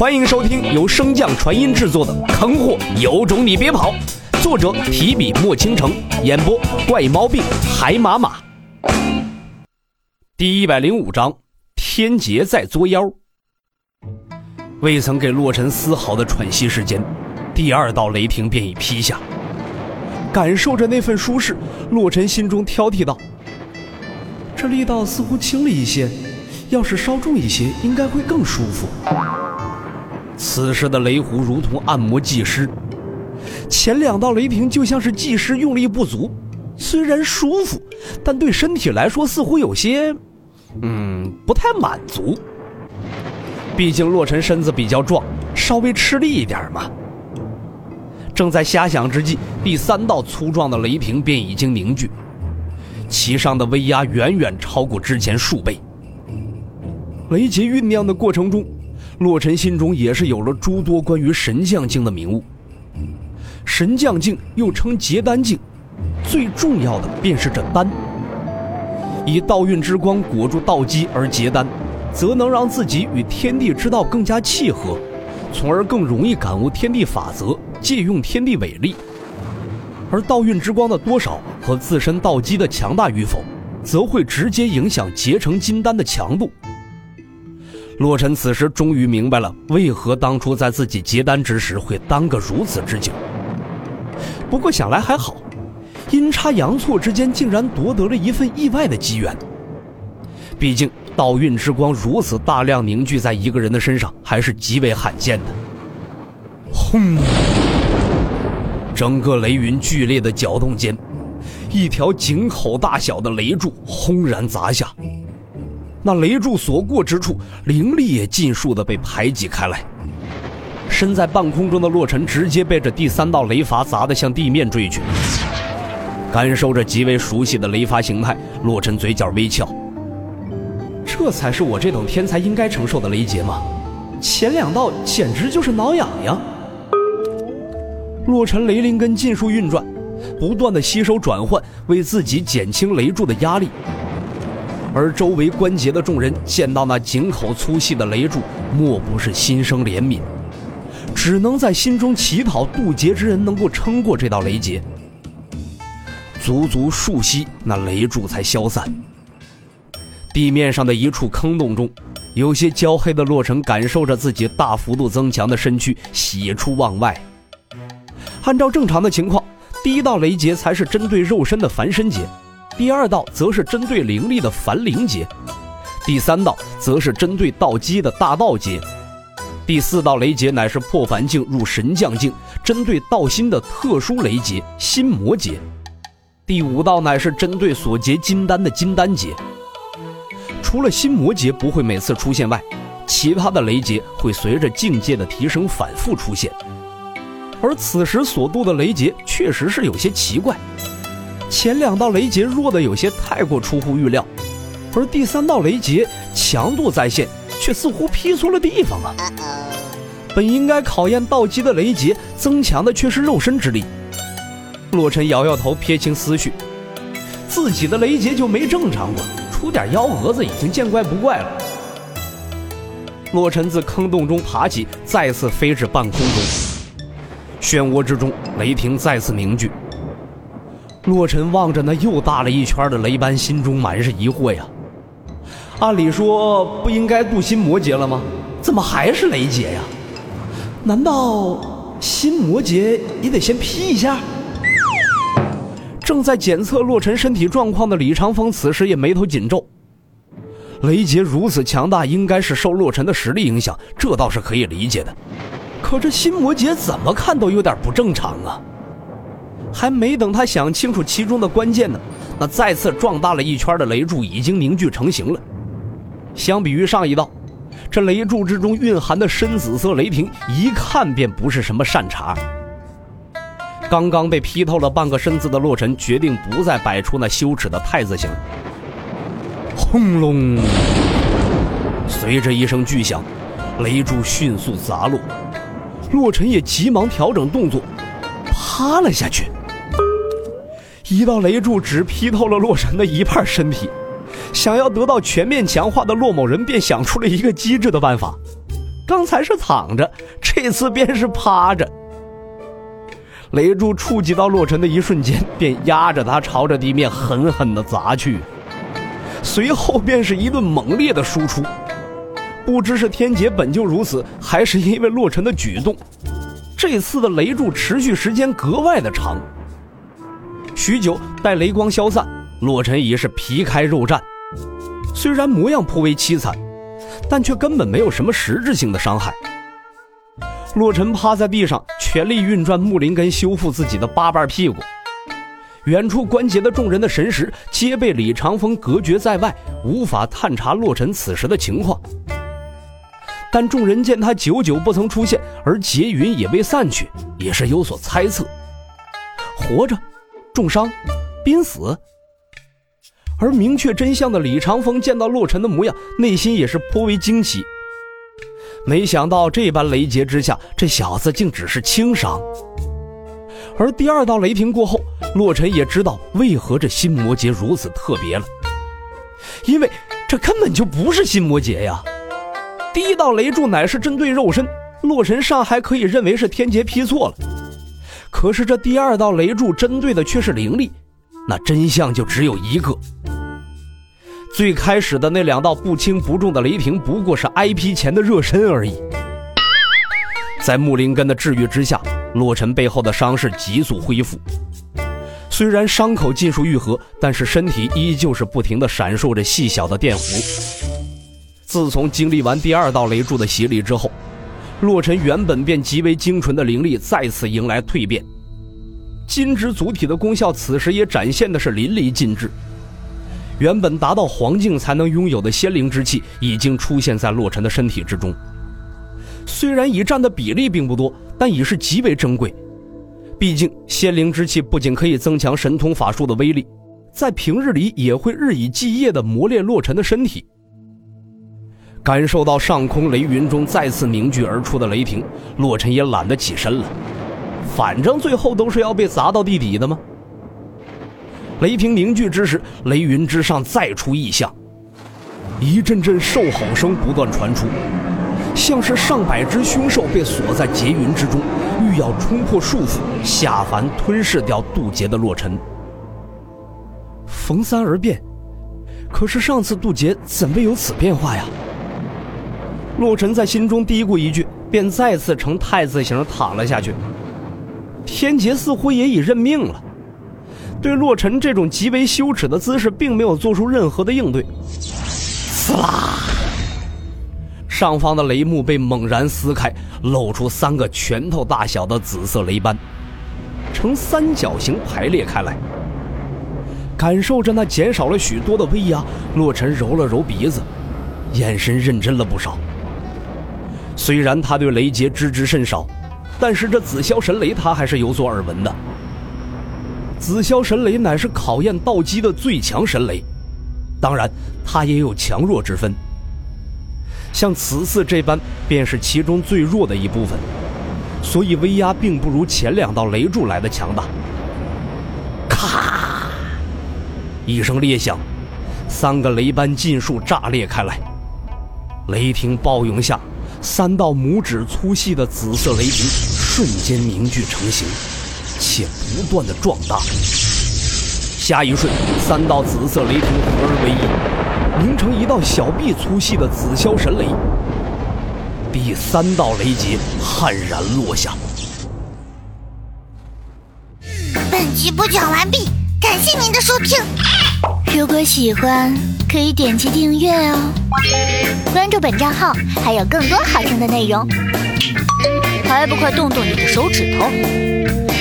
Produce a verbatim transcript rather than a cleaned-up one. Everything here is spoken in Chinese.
欢迎收听由升降传音制作的《坑货有种你别跑》，作者提笔墨倾城，演播怪毛病海马马。第一百零五章，天劫在作妖。未曾给洛尘丝毫的喘息时间，第二道雷霆便已劈下。感受着那份舒适，洛尘心中挑剔道：这力道似乎轻了一些，要是稍重一些应该会更舒服。此时的雷狐如同按摩技师，前两道雷霆就像是技师用力不足，虽然舒服，但对身体来说似乎有些嗯不太满足。毕竟洛尘身子比较壮，稍微吃力一点嘛。正在瞎想之际，第三道粗壮的雷霆便已经凝聚，其上的威压远远超过之前数倍。雷劫酝酿的过程中，洛尘心中也是有了诸多关于神将境的明悟。神将境又称结丹境，最重要的便是这丹。以道运之光裹住道基而结丹，则能让自己与天地之道更加契合，从而更容易感悟天地法则，借用天地伟力。而道运之光的多少和自身道基的强大与否，则会直接影响结成金丹的强度。洛尘此时终于明白了为何当初在自己结丹之时会耽搁如此之久。不过想来还好，阴差阳错之间竟然夺得了一份意外的机缘。毕竟道运之光如此大量凝聚在一个人的身上还是极为罕见的。轰！整个雷云剧烈的搅动间，一条井口大小的雷柱轰然砸下。那雷柱所过之处，灵力也尽数的被排挤开来。身在半空中的洛尘直接被这第三道雷罚砸得向地面坠去。感受着极为熟悉的雷罚形态，洛尘嘴角微翘。这才是我这等天才应该承受的雷劫吗？前两道简直就是挠痒痒。洛尘雷灵根尽数运转，不断的吸收转换，为自己减轻雷柱的压力。而周围关节的众人见到那井口粗细的雷柱，莫不是心生怜悯，只能在心中祈祷渡劫之人能够撑过这道雷劫。足足数息，那雷柱才消散。地面上的一处坑洞中，有些焦黑的洛尘感受着自己大幅度增强的身躯喜出望外。按照正常的情况，第一道雷劫才是针对肉身的凡身劫，第二道则是针对灵力的凡灵劫，第三道则是针对道基的大道劫，第四道雷劫乃是破凡境入神将境，针对道心的特殊雷劫心魔劫，第五道乃是针对所结金丹的金丹劫。除了心魔劫不会每次出现外，其他的雷劫会随着境界的提升反复出现。而此时所渡的雷劫确实是有些奇怪，前两道雷劫弱的有些太过出乎预料，而第三道雷劫强度在线，却似乎劈错了地方啊！本应该考验道基的雷劫，增强的却是肉身之力。洛尘摇摇头，撇清思绪，自己的雷劫就没正常过，出点幺蛾子已经见怪不怪了。洛尘自坑洞中爬起，再次飞至半空中。漩涡之中，雷霆再次凝聚。洛尘望着那又大了一圈的雷斑，心中满是疑惑呀。按理说不应该渡心魔劫了吗？怎么还是雷劫呀？难道心魔劫也得先劈一下？正在检测洛尘身体状况的李长风此时也眉头紧皱。雷劫如此强大，应该是受洛尘的实力影响，这倒是可以理解的。可这心魔劫怎么看都有点不正常啊！还没等他想清楚其中的关键呢，那再次壮大了一圈的雷柱已经凝聚成型了。相比于上一道，这雷柱之中蕴含的深紫色雷霆一看便不是什么善茬。刚刚被劈透了半个身子的洛尘决定不再摆出那羞耻的太子形。轰隆！随着一声巨响，雷柱迅速砸落，洛尘也急忙调整动作，趴了下去。一道雷柱只劈透了洛尘的一半身体，想要得到全面强化的洛某人便想出了一个机智的办法， 刚才是躺着，这次便是趴着。雷柱触及到洛尘的一瞬间，便压着他朝着地面狠狠地砸去，随后便是一顿猛烈的输出。不知是天劫本就如此，还是因为洛尘的举动，这次的雷柱持续时间格外的长。许久，待雷光消散，洛尘已是皮开肉绽，虽然模样颇为凄惨，但却根本没有什么实质性的伤害。洛尘趴在地上，全力运转木灵根修复自己的八瓣屁股。远处关节的众人的神识皆被李长风隔绝在外，无法探查洛尘此时的情况。但众人见他久久不曾出现，而劫云也未散去，也是有所猜测：活着、重伤、濒死。而明确真相的李长风见到洛尘的模样，内心也是颇为惊奇。没想到这般雷劫之下，这小子竟只是轻伤。而第二道雷霆过后，洛尘也知道为何这心魔劫如此特别了，因为这根本就不是心魔劫呀。第一道雷柱乃是针对肉身，洛尘尚还可以认为是天劫批错了，可是这第二道雷柱针对的却是灵力，那真相就只有一个。最开始的那两道不轻不重的雷霆不过是挨劈前的热身而已。在木灵根的治愈之下，洛尘背后的伤势急速恢复。虽然伤口尽数愈合，但是身体依旧是不停地闪烁着细小的电弧。自从经历完第二道雷柱的洗礼之后，洛尘原本便极为精纯的灵力再次迎来蜕变，金之组体的功效此时也展现的是淋漓尽致。原本达到黄境才能拥有的仙灵之气已经出现在洛尘的身体之中，虽然已占的比例并不多，但已是极为珍贵。毕竟仙灵之气不仅可以增强神通法术的威力，在平日里也会日以继夜地磨练洛尘的身体。感受到上空雷云中再次凝聚而出的雷霆，洛尘也懒得起身了，反正最后都是要被砸到地底的吗？雷霆凝聚之时，雷云之上再出异象，一阵阵兽吼声不断传出，像是上百只凶兽被锁在劫云之中，欲要冲破束缚，下凡吞噬掉渡劫的洛尘。逢三而变，可是上次渡劫怎未有此变化呀？洛尘在心中嘀咕一句，便再次呈太字形躺了下去。天劫似乎也已认命了，对洛尘这种极为羞耻的姿势并没有做出任何的应对。刺啦！上方的雷幕被猛然撕开，露出三个拳头大小的紫色雷斑，呈三角形排列开来。感受着那减少了许多的威压，洛尘揉了揉鼻子，眼神认真了不少。虽然他对雷劫知之甚少，但是这紫霄神雷他还是有所耳闻的。紫霄神雷乃是考验道基的最强神雷，当然它也有强弱之分，像此次这般便是其中最弱的一部分，所以威压并不如前两道雷柱来的强大。咔一声烈响，三个雷斑尽数炸裂开来，雷霆暴涌下，三道拇指粗细的紫色雷霆瞬间凝聚成型，且不断的壮大。下一瞬，三道紫色雷霆合而为一，凝成一道小臂粗细的紫霄神雷。第三道雷劫悍然落下。 本集播讲完毕，感谢您的收听。如果喜欢，可以点击订阅哦，关注本账号还有更多好听的内容。还不快动动你的手指头！